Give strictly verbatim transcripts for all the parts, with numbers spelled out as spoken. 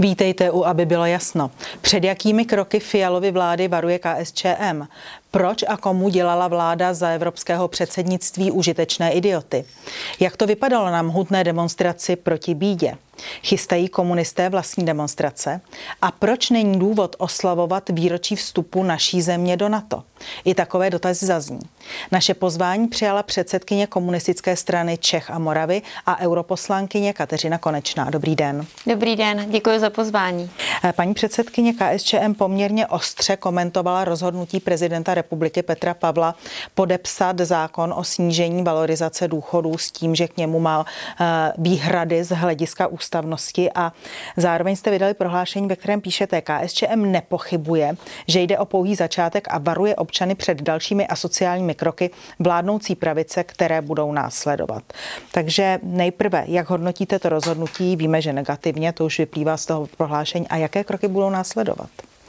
Vítejte u Aby bylo jasno. Před jakými kroky Fialovy vlády varuje K S Č M? Proč a komu dělala vláda za evropského předsednictví užitečné idioty? Jak to vypadalo na mohutné demonstraci proti bídě? Chystají komunisté vlastní demonstrace? A proč není důvod oslavovat výročí vstupu naší země do NATO? I takové dotazy zazní. Naše pozvání přijala předsedkyně komunistické strany Čech a Moravy a europoslankyně Kateřina Konečná. Dobrý den. Dobrý den, děkuji za pozvání. Paní předsedkyně K S Č M poměrně ostře komentovala rozhodnutí prezidenta republiky Petra Pavla podepsat zákon o snížení valorizace důchodů s tím, že k němu má výhrady z hlediska ústavnosti, a zároveň jste vydali prohlášení, ve kterém píšete: K S Č M nepochybuje, že jde o pouhý začátek a varuje občany před dalšími asociálními kroky vládnoucí pravice, které budou následovat. Takže nejprve, jak hodnotíte to rozhodnutí? Víme, že negativně, to už vyplývá z toho prohlášení. A jaké kroky budou následovat?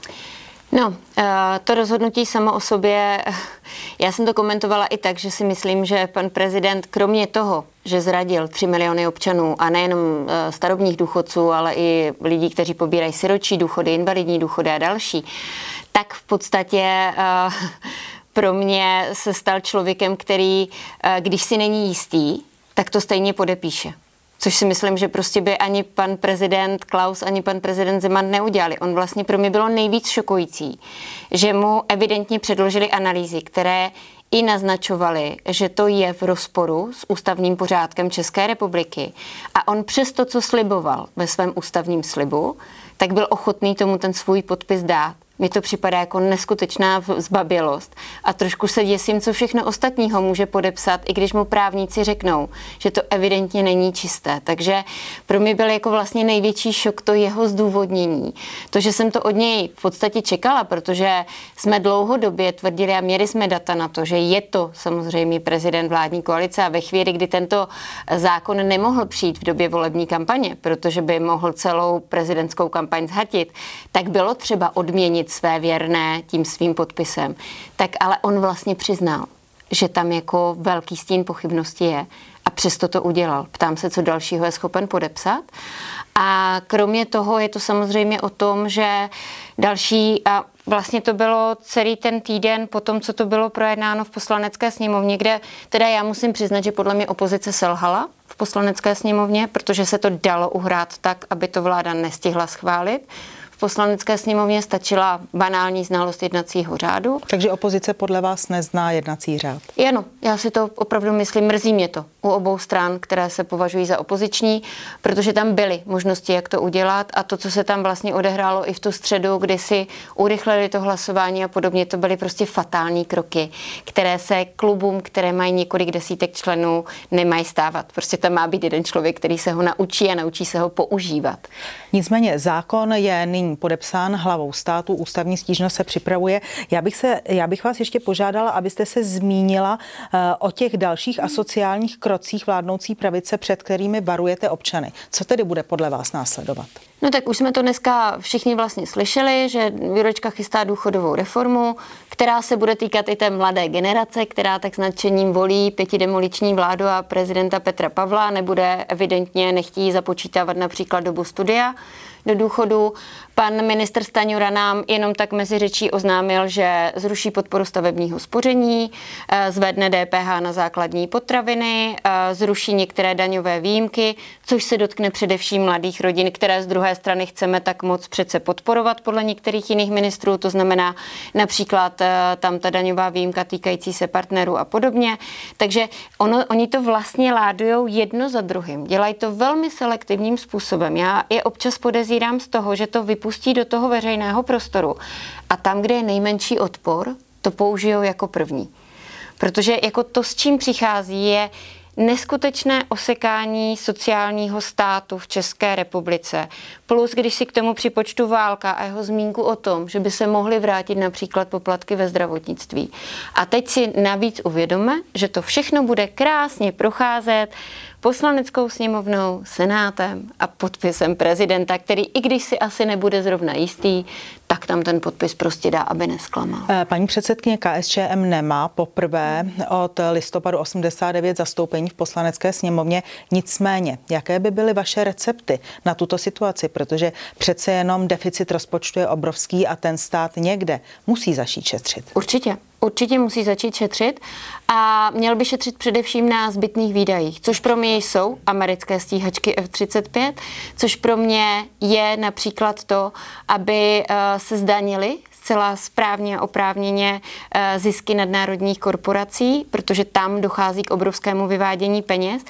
No, to rozhodnutí samo o sobě, já jsem to komentovala i tak, že si myslím, že pan prezident kromě toho, že zradil tři miliony občanů a nejenom starobních důchodců, ale i lidí, kteří pobírají siročí důchody, invalidní důchody a další, tak v podstatě pro mě se stal člověkem, který, když si není jistý, tak to stejně podepíše. Což si myslím, že prostě by ani pan prezident Klaus, ani pan prezident Zeman neudělali. On vlastně pro mě bylo nejvíc šokující, že mu evidentně předložili analýzy, které i naznačovaly, že to je v rozporu s ústavním pořádkem České republiky. A on přesto, co sliboval ve svém ústavním slibu, tak byl ochotný tomu ten svůj podpis dát. Mně to připadá jako neskutečná zbabělost a trošku se děsím, co všechno ostatního může podepsat, i když mu právníci řeknou, že to evidentně není čisté. Takže pro mě byl jako vlastně největší šok to jeho zdůvodnění. To, že jsem to od něj v podstatě čekala, protože jsme dlouhodobě tvrdili a měli jsme data na to, že je to samozřejmě prezident vládní koalice, a ve chvíli, kdy tento zákon nemohl přijít v době volební kampaně, protože by mohl celou prezidentskou kampaň zhatit, tak bylo třeba odměnit své věrné tím svým podpisem. Tak ale on vlastně přiznal, že tam jako velký stín pochybnosti je, a přesto to udělal. Ptám se, co dalšího je schopen podepsat. A kromě toho je to samozřejmě o tom, že další, a vlastně to bylo celý ten týden po tom, co to bylo projednáno v Poslanecké sněmovně, kde teda já musím přiznat, že podle mě opozice selhala v Poslanecké sněmovně, protože se to dalo uhrát tak, aby to vláda nestihla schválit. V Poslanecké sněmovně stačila banální znalost jednacího řádu. Takže opozice podle vás nezná jednací řád? Ano, já si to opravdu myslím, mrzí mě to u obou stran, které se považují za opoziční, protože tam byly možnosti, jak to udělat, a to, co se tam vlastně odehrálo i v tu středu, kdy si urychlili to hlasování a podobně, to byly prostě fatální kroky, které se klubům, které mají několik desítek členů, nemají stávat. Prostě tam má být jeden člověk, který se ho naučí a naučí se ho používat. Nicméně zákon je nyní podepsán hlavou státu, ústavní stížnost se připravuje. Já bych, se, já bych vás ještě požádala, abyste se zmínila uh, o těch dalších asociálních krocích vládnoucí pravice, před kterými varujete občany. Co tedy bude podle vás následovat? No tak už jsme to dneska všichni vlastně slyšeli, že Jurečka chystá důchodovou reformu, která se bude týkat i té mladé generace, která tak s nadšením volí pětidemoliční vládu a prezidenta Petra Pavla, nebude evidentně nechtí započítávat například dobu studia do důchodu. Pan ministr Stanjura nám jenom tak mezi řečí oznámil, že zruší podporu stavebního spoření, zvedne D P H na základní potraviny, zruší některé daňové výjimky, což se dotkne především mladých rodin, které z druhé strany chceme tak moc přece podporovat podle některých jiných ministrů, to znamená například tam ta daňová výjimka týkající se partnerů a podobně. Takže ono, oni to vlastně ládujou jedno za druhým. Dělají to velmi selektivním způsobem. Já je občas podezírám z toho, že to vypustí do toho veřejného prostoru a tam, kde je nejmenší odpor, to použijou jako první. Protože jako to, s čím přichází, je neskutečné osekání sociálního státu v České republice. Plus, když si k tomu připočtu válka a jeho zmínku o tom, že by se mohly vrátit například poplatky ve zdravotnictví. A teď si navíc uvědomme, že to všechno bude krásně procházet Poslaneckou sněmovnou, Senátem a podpisem prezidenta, který, i když si asi nebude zrovna jistý, tak tam ten podpis prostě dá, aby nesklamal. Paní předsedkyně K S Č M nemá poprvé od listopadu osmdesát devět zastoupení v Poslanecké sněmovně. Nicméně, jaké by byly vaše recepty na tuto situaci? Protože přece jenom deficit rozpočtu je obrovský a ten stát někde musí začít šetřit. Určitě. Určitě musí začít šetřit a měl by šetřit především na zbytných výdajích, což pro mě jsou americké stíhačky F třicet pět, což pro mě je například to, aby se zdanily zcela správně a oprávněně zisky nadnárodních korporací, protože tam dochází k obrovskému vyvádění peněz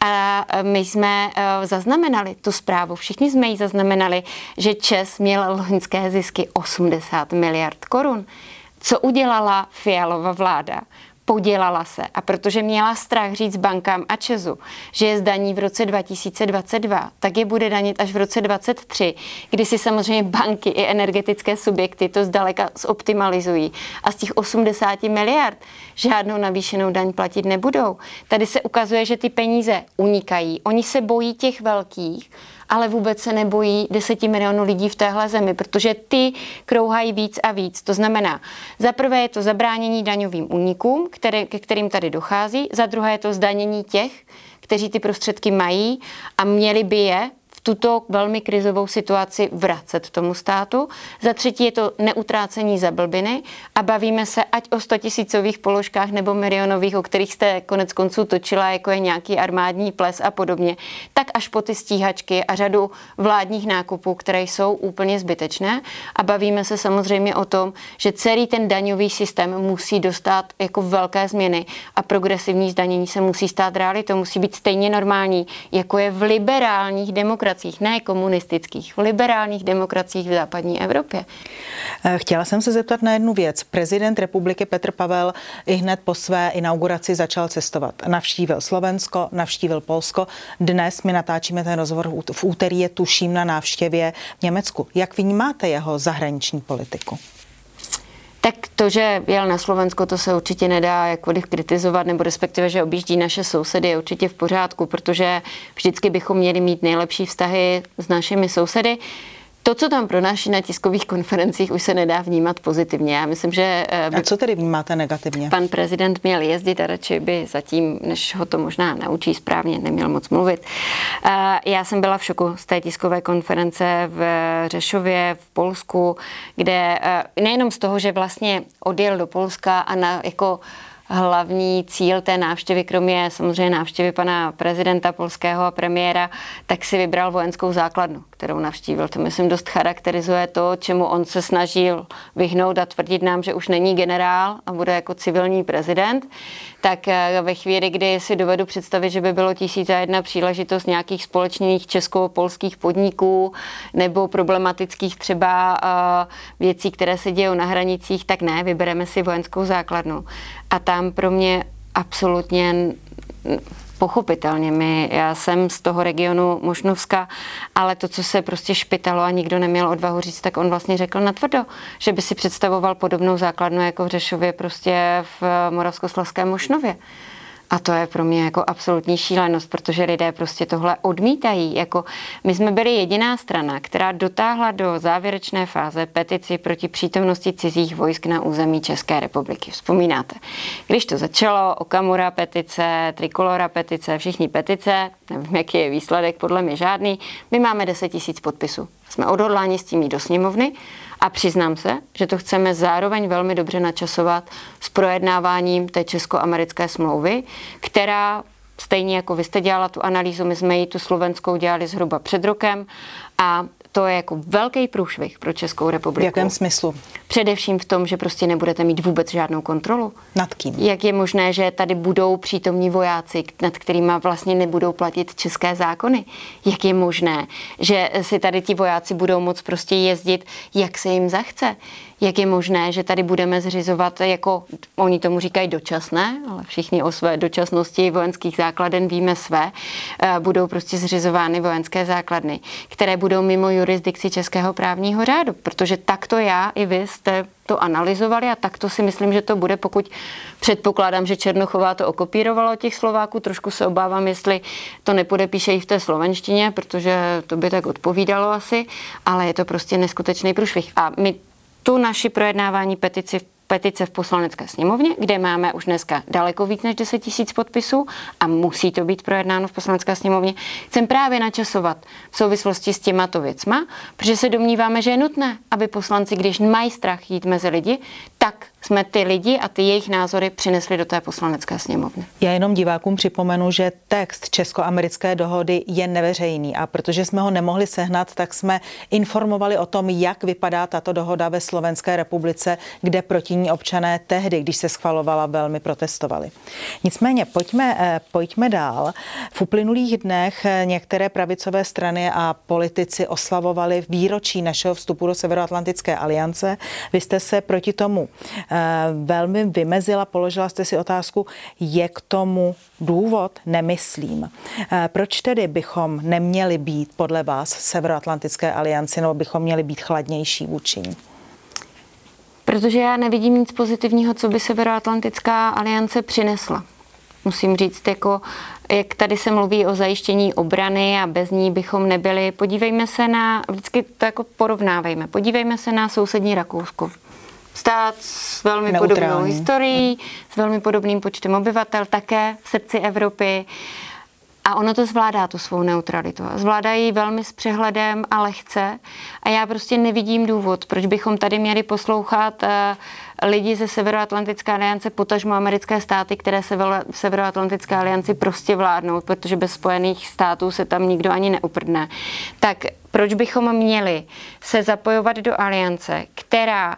a my jsme zaznamenali tu zprávu, všichni jsme ji zaznamenali, že ČEZ měl loňské zisky osmdesát miliard korun. Co udělala Fialova vláda? Podělala se. A protože měla strach říct bankám a ČEZu, že je zdaní v roce dva tisíce dvacet dva, tak je bude danit až v roce dvacet tři, kdy si samozřejmě banky i energetické subjekty to zdaleka zoptimalizují. A z těch osmdesáti miliard žádnou navýšenou daň platit nebudou. Tady se ukazuje, že ty peníze unikají. Oni se bojí těch velkých, ale vůbec se nebojí deseti milionů lidí v téhle zemi, protože ty krouhají víc a víc. To znamená, za prvé je to zabránění daňovým únikům, které, ke kterým tady dochází, za druhé je to zdanění těch, kteří ty prostředky mají a měli by je v tuto velmi krizovou situaci vracet tomu státu. Za třetí je to neutrácení za blbiny a bavíme se ať o stotisícových položkách nebo milionových, o kterých jste konec konců točila, jako je nějaký armádní ples a podobně, tak až po ty stíhačky a řadu vládních nákupů, které jsou úplně zbytečné. A bavíme se samozřejmě o tom, že celý ten daňový systém musí dostat jako velké změny a progresivní zdanění se musí stát realitou, musí být stejně normální, jako je v liberálních demokraciích, ne komunistických, v liberálních demokraciích v západní Evropě. Chtěla jsem se zeptat na jednu věc. Prezident republiky Petr Pavel ihned po své inauguraci začal cestovat. Navštívil Slovensko, navštívil Polsko. Dnes my natáčíme ten rozhovor v úterý, je tuším na návštěvě v Německu. Jak vnímáte jeho zahraniční politiku? Tak to, že jel na Slovensko, to se určitě nedá jakkoliv kritizovat, nebo respektive, že objíždí naše sousedy, je určitě v pořádku, protože vždycky bychom měli mít nejlepší vztahy s našimi sousedy. To, co tam pronáší na tiskových konferencích, už se nedá vnímat pozitivně. Já myslím, že... A co tedy vnímáte negativně? Pan prezident měl jezdit a radši by zatím, než ho to možná naučí správně, neměl moc mluvit. Já jsem byla v šoku z té tiskové konference v Řešově, v Polsku, kde nejenom z toho, že vlastně odjel do Polska a na, jako hlavní cíl té návštěvy, kromě samozřejmě návštěvy pana prezidenta polského a premiéra, tak si vybral vojenskou základnu, kterou navštívil. To myslím dost charakterizuje to, čemu on se snažil vyhnout a tvrdit nám, že už není generál a bude jako civilní prezident. Tak ve chvíli, kdy si dovedu představit, že by bylo tisíc a jedna příležitost nějakých společných česko-polských podniků nebo problematických třeba věcí, které se dějou na hranicích, tak ne, vybereme si vojenskou základnu. A tam pro mě absolutně pochopitelně, my, já jsem z toho regionu Mošnovska, ale to, co se prostě špitalo a nikdo neměl odvahu říct, tak on vlastně řekl natvrdo, že by si představoval podobnou základnu jako v Řešově, prostě v Moravskoslezském Mošnově. A to je pro mě jako absolutní šílenost, protože lidé prostě tohle odmítají. Jako my jsme byli jediná strana, která dotáhla do závěrečné fáze petici proti přítomnosti cizích vojsk na území České republiky. Vzpomínáte? Když to začalo, Okamura petice, Trikolora petice, všichni petice, nevím, jaký je výsledek, podle mě žádný, my máme deset tisíc podpisů. Jsme odhodláni s tím jít do sněmovny a přiznám se, že to chceme zároveň velmi dobře načasovat s projednáváním té česko-americké smlouvy, která stejně jako vy jste dělala tu analýzu, my jsme ji tu slovenskou dělali zhruba před rokem a to je jako velký průšvih pro Českou republiku. V jakém smyslu? Především v tom, že prostě nebudete mít vůbec žádnou kontrolu. Nad kým? Jak je možné, že tady budou přítomní vojáci, nad kterými vlastně nebudou platit české zákony? Jak je možné, že si tady ti vojáci budou moct prostě jezdit, jak se jim zachce? Jak je možné, že tady budeme zřizovat, jako oni tomu říkají dočasné, ale všichni o své dočasnosti vojenských základen víme své, budou prostě zřizovány vojenské základny, které budou mimo jurisdikci českého právního řádu, protože takto já i vy jste to analyzovali a takto si myslím, že to bude, pokud předpokládám, že Černochová to okopírovala od těch Slováků, trošku se obávám, jestli to nepodepíše i v té slovenštině, protože to by tak odpovídalo asi, ale je to prostě neskutečný průšvih. A my tu naši projednávání petici petice v Poslanecké sněmovně, kde máme už dneska daleko víc než deset tisíc podpisů a musí to být projednáno v Poslanecké sněmovně, chcem právě načasovat v souvislosti s těmato věcma, protože se domníváme, že je nutné, aby poslanci, když mají strach jít mezi lidi, tak jsme ty lidi a ty jejich názory přinesli do té Poslanecké sněmovny. Já jenom divákům připomenu, že text česko-americké dohody je neveřejný a protože jsme ho nemohli sehnat, tak jsme informovali o tom, jak vypadá tato dohoda ve Slovenské republice, kde proti ní občané tehdy, když se schvalovala, velmi protestovali. Nicméně pojďme, pojďme dál. V uplynulých dnech některé pravicové strany a politici oslavovali výročí našeho vstupu do Severoatlantické aliance. Vy jste se proti tomu velmi vymezila, položila jste si otázku, je k tomu důvod? Nemyslím. Proč tedy bychom neměli být podle vás v Severoatlantické alianci, nebo bychom měli být chladnější vůči ní? Protože já nevidím nic pozitivního, co by Severoatlantická aliance přinesla. Musím říct, jako, jak tady se mluví o zajištění obrany a bez ní bychom nebyli. Podívejme se na, vždycky to jako porovnávejme, podívejme se na sousední Rakousko. Stát s velmi Neutrální. podobnou historií, s velmi podobným počtem obyvatel, také v srdci Evropy. A ono to zvládá, tu svou neutralitu. Zvládají velmi s přehledem a lehce. A já prostě nevidím důvod, proč bychom tady měli poslouchat uh, lidi ze Severoatlantické aliance, potažmo americké státy, které se v Severoatlantické alianci prostě vládnou, protože bez Spojených států se tam nikdo ani neuprdne. Tak proč bychom měli se zapojovat do aliance, která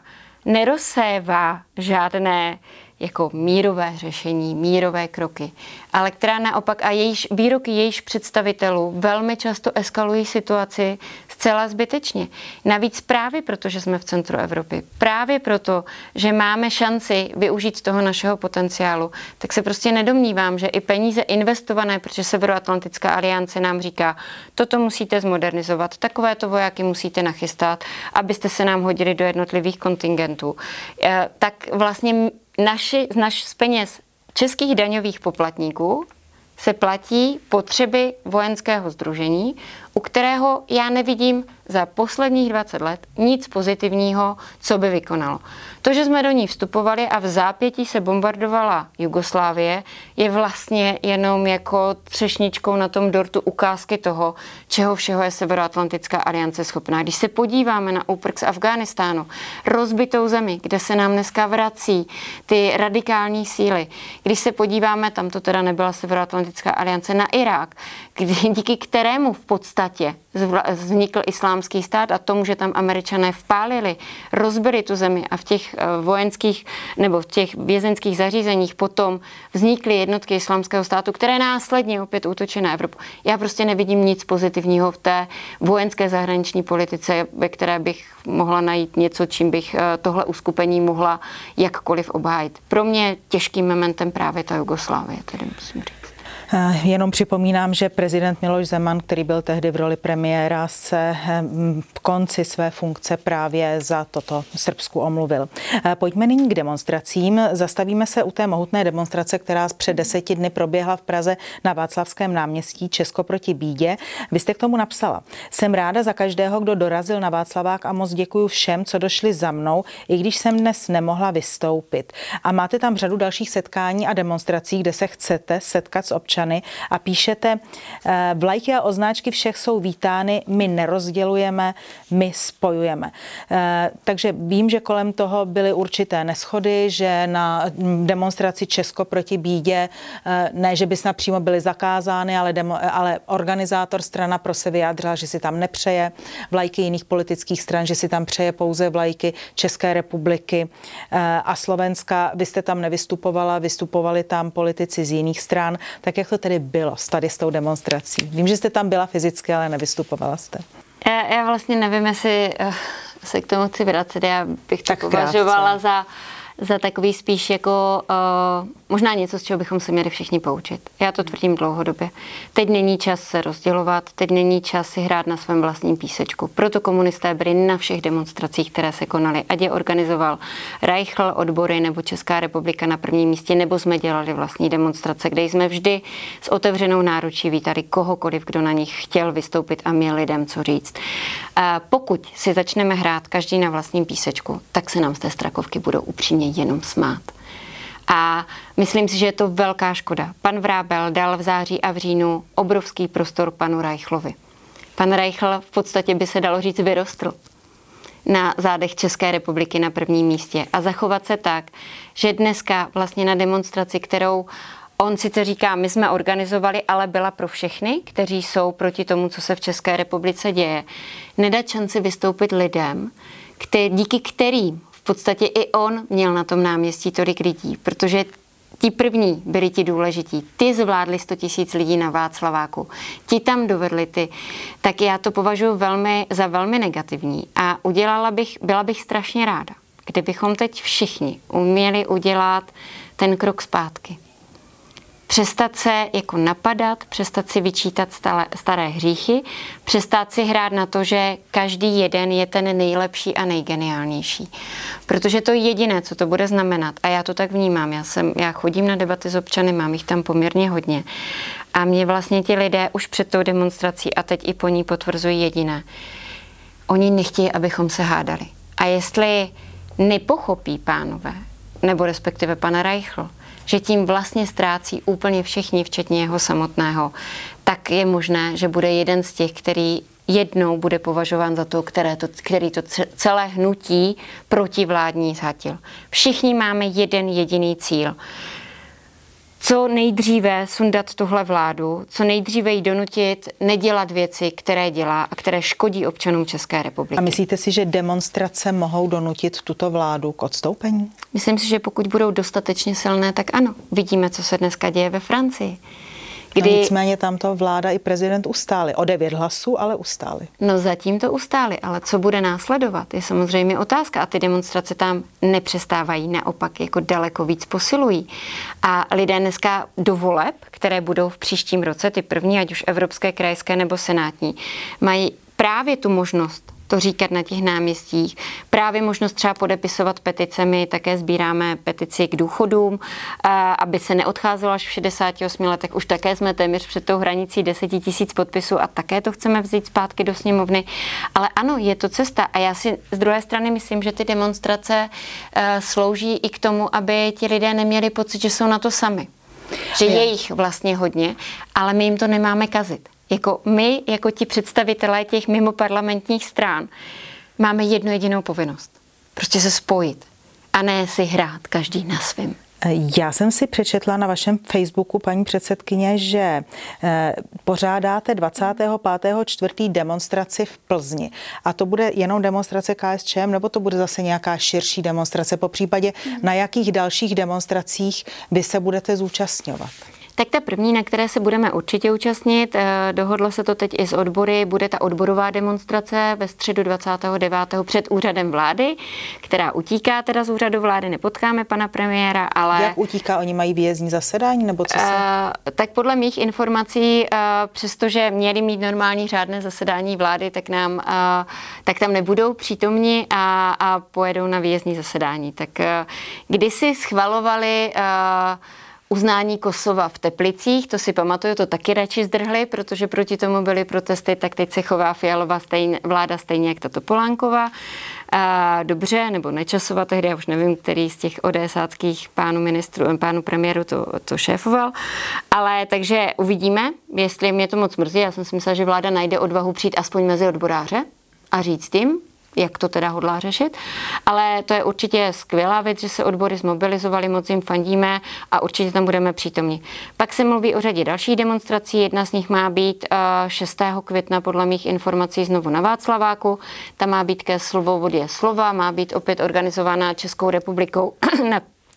nerozsévá žádné jako mírové řešení, mírové kroky, ale která naopak a jejíž, výroky jejíž představitelů velmi často eskalují situaci zcela zbytečně. Navíc právě proto, že jsme v centru Evropy, právě proto, že máme šanci využít toho našeho potenciálu, tak se prostě nedomnívám, že i peníze investované, protože Severoatlantická aliance nám říká, toto musíte zmodernizovat, takovéto vojáky musíte nachystat, abyste se nám hodili do jednotlivých kontingentů, tak vlastně Naši, z, naš, z peněz českých daňových poplatníků se platí potřeby vojenského sdružení, u kterého já nevidím za posledních dvacet let nic pozitivního, co by vykonalo. To, že jsme do ní vstupovali a v zápětí se bombardovala Jugoslávie, je vlastně jenom jako třešničkou na tom dortu ukázky toho, čeho všeho je Severoatlantická aliance schopná. Když se podíváme na úprk z Afghánistánu, rozbitou zemi, kde se nám dneska vrací ty radikální síly, když se podíváme, tam to teda nebyla Severoatlantická aliance, na Irák, kdy, díky kterému v podstatě vznikl islámský stát a tomu, že tam Američané vpálili, rozbili tu zemi a v těch vojenských nebo v těch vězeňských zařízeních potom vznikly jednotky islámského státu, které následně opět útočí na Evropu. Já prostě nevidím nic pozitivního v té vojenské zahraniční politice, ve které bych mohla najít něco, čím bych tohle uskupení mohla jakkoliv obhájit. Pro mě těžkým momentem právě ta Jugoslávie, tedy musím říct. Jenom připomínám, že prezident Miloš Zeman, který byl tehdy v roli premiéra, se v konci své funkce právě za toto Srbsku omluvil. Pojďme nyní k demonstracím. Zastavíme se u té mohutné demonstrace, která před deseti dny proběhla v Praze na Václavském náměstí Česko proti bídě. Vy jste k tomu napsala. Jsem ráda za každého, kdo dorazil na Václavák a moc děkuju všem, co došli za mnou, i když jsem dnes nemohla vystoupit. A máte tam řadu dalších setkání a demonstrací, kde se chcete setkat s občany a píšete, vlajky a označky všech jsou vítány, my nerozdělujeme, my spojujeme. Takže vím, že kolem toho byly určité neshody, že na demonstraci Česko proti bídě, ne, že by snad přímo byly zakázány, ale, demo, ale organizátor strana pro se vyjádřila, že si tam nepřeje vlajky jiných politických stran, že si tam přeje pouze vlajky České republiky a Slovenska. Vy jste tam nevystupovala, vystupovali tam politici z jiných stran. Tak jak to tedy bylo tady s tou demonstrací? Vím, že jste tam byla fyzicky, ale nevystupovala jste. Já, já vlastně nevím, jestli se k tomu chci vracet. Já bych to tak považovala krátce za za takový spíš jako uh, možná něco, z čeho bychom se měli všichni poučit. Já to tvrdím dlouhodobě. Teď není čas se rozdělovat, teď není čas si hrát na svém vlastním písečku. Proto komunisté byli na všech demonstracích, které se konaly. Ať je organizoval Reichl, odbory nebo Česká republika na prvním místě, nebo jsme dělali vlastní demonstrace, kde jsme vždy s otevřenou náručí vítali kohokoliv, kdo na nich chtěl vystoupit a měl lidem co říct. Uh, pokud si začneme hrát každý na vlastním písečku, tak se nám z té Strakovky budou upřímně jenom smát. A myslím si, že je to velká škoda. Pan Vrábel dal v září a v říjnu obrovský prostor panu Reichlovi. Pan Reichl v podstatě by se dalo říct vyrostl na zádech České republiky na prvním místě a zachovat se tak, že dneska vlastně na demonstraci, kterou on sice říká, my jsme organizovali, ale byla pro všechny, kteří jsou proti tomu, co se v České republice děje, nedat šanci vystoupit lidem, který, díky kterým v podstatě i on měl na tom náměstí tolik lidí, protože ti první byli ti důležití. Ty zvládli sto tisíc lidí na Václaváku. Ti tam dovedli ty. Tak já to považuji velmi, za velmi negativní a udělala bych, byla bych strašně ráda, kdybychom teď všichni uměli udělat ten krok zpátky. Přestat se jako napadat, přestat si vyčítat stále, staré hříchy, přestat si hrát na to, že každý jeden je ten nejlepší a nejgeniálnější. Protože to jediné, co to bude znamenat, a já to tak vnímám, já, jsem, já chodím na debaty s občany, mám jich tam poměrně hodně, a mě vlastně ti lidé už před tou demonstrací a teď i po ní potvrzují jediné. Oni nechtějí, abychom se hádali. A jestli nepochopí pánové, nebo respektive pan Reichl, že tím vlastně ztrácí úplně všichni, včetně jeho samotného, tak je možné, že bude jeden z těch, který jednou bude považován za to, které to, který to celé hnutí protivládní zhatil. Všichni máme jeden jediný cíl. Co nejdříve sundat tuhle vládu, co nejdříve jí donutit nedělat věci, které dělá a které škodí občanům České republiky. A myslíte si, že demonstrace mohou donutit tuto vládu k odstoupení? Myslím si, že pokud budou dostatečně silné, tak ano. Vidíme, co se dneska děje ve Francii. Kdy... No nicméně tam to vláda i prezident ustáli. O devět hlasů, ale ustáli. No zatím to ustáli, ale co bude následovat, je samozřejmě otázka. A ty demonstrace tam nepřestávají, naopak jako daleko víc posilují. A lidé dneska do voleb, které budou v příštím roce, ty první, ať už evropské, krajské nebo senátní, mají právě tu možnost to říkat na těch náměstích. Právě možnost třeba podepisovat petice. My také sbíráme petici k důchodům, aby se neodcházelo až v šedesáti osmi letech. Už také jsme téměř před tou hranicí deset tisíc podpisů a také to chceme vzít zpátky do sněmovny. Ale ano, je to cesta. A já si z druhé strany myslím, že ty demonstrace slouží i k tomu, aby ti lidé neměli pocit, že jsou na to sami. Že je jich vlastně hodně, ale my jim to nemáme kazit. Jako my, jako ti představitelé těch mimoparlamentních stran, máme jednu jedinou povinnost. Prostě se spojit a ne si hrát každý na svým. Já jsem si přečetla na vašem Facebooku, paní předsedkyně, že pořádáte dvacátého pátého čtvrtého demonstraci v Plzni. A to bude jenom demonstrace K S Č M, nebo to bude zase nějaká širší demonstrace? Po případě, na jakých dalších demonstracích vy se budete zúčastňovat? Tak ta první, na které se budeme určitě účastnit, dohodlo se to teď i s odbory, bude ta odborová demonstrace ve středu dvacátého devátého před úřadem vlády, která utíká teda z úřadu vlády, nepotkáme pana premiéra, ale... Jak utíká? Oni mají výjezdní zasedání, nebo co se... Uh, tak podle mých informací, uh, přestože měli mít normální řádné zasedání vlády, tak nám, uh, tak tam nebudou přítomni a, a pojedou na výjezdní zasedání. Tak uh, kdysi schvalovali uh, uznání Kosova v Teplicích, to si pamatuju, to taky radši zdrhli, protože proti tomu byly protesty, tak teď se chová Fialová stejn, vláda stejně jak ta Topolánková. A dobře, nebo Nečasova tehdy, já už nevím, který z těch odesáckých pánů ministrů, pánů premiéru to, to šéfoval. Ale takže uvidíme, jestli mě to moc mrzí. Já jsem si myslela, že vláda najde odvahu přijít aspoň mezi odboráře a říct jim, jak to teda hodlá řešit. Ale to je určitě skvělá věc, že se odbory zmobilizovali, moc jim fandíme a určitě tam budeme přítomni. Pak se mluví o řadě dalších demonstrací, jedna z nich má být šestého května podle mých informací znovu na Václaváku. Ta má být ke Svobodě slova, má být opět organizována Českou republikou na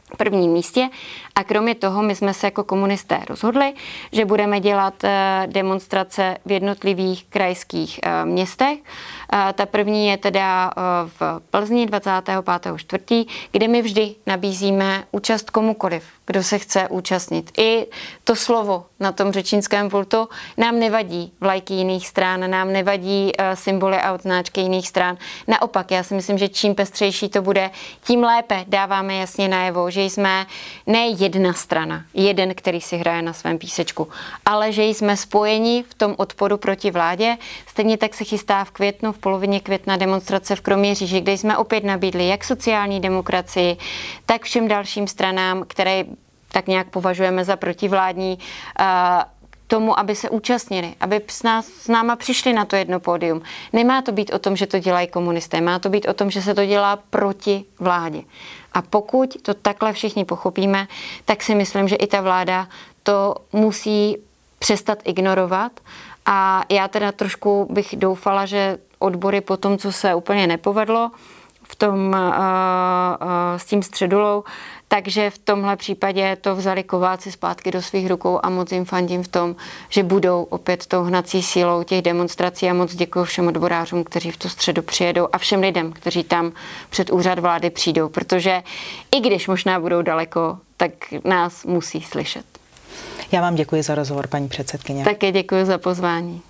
prvním místě a kromě toho my jsme se jako komunisté rozhodli, že budeme dělat demonstrace v jednotlivých krajských městech. Ta první je teda v Plzni dvacátého pátého čtvrtého kde my vždy nabízíme účast komukoliv, kdo se chce účastnit. I to slovo na tom řečnickém pultu nám nevadí vlajky jiných stran, nám nevadí symboly a odznáčky jiných stran. Naopak, já si myslím, že čím pestřejší to bude, tím lépe dáváme jasně najevo, že jsme ne jedna strana, jeden, který si hraje na svém písečku, ale že jsme spojeni v tom odporu proti vládě. Stejně tak se chystá v květnu, v polovině května demonstrace v Kroměříži, kde jsme opět nabídli jak sociální demokracii, tak všem dalším stranám, které tak nějak považujeme za protivládní, tomu, aby se účastnili, aby s, nás, s náma přišli na to jedno pódium. Nemá to být o tom, že to dělají komunisté, má to být o tom, že se to dělá proti vládě. A pokud to takhle všichni pochopíme, tak si myslím, že i ta vláda to musí přestat ignorovat. A já teda trošku bych doufala, že odbory po tom, co se úplně nepovedlo v tom, uh, uh, s tím středulou, takže v tomhle případě to vzali kováci zpátky do svých rukou a moc jim fandím v tom, že budou opět tou hnací sílou těch demonstrací a moc děkuji všem odborářům, kteří v tu středu přijedou a všem lidem, kteří tam před úřad vlády přijdou, protože i když možná budou daleko, tak nás musí slyšet. Já vám děkuji za rozhovor, paní předsedkyně. Také děkuji za pozvání.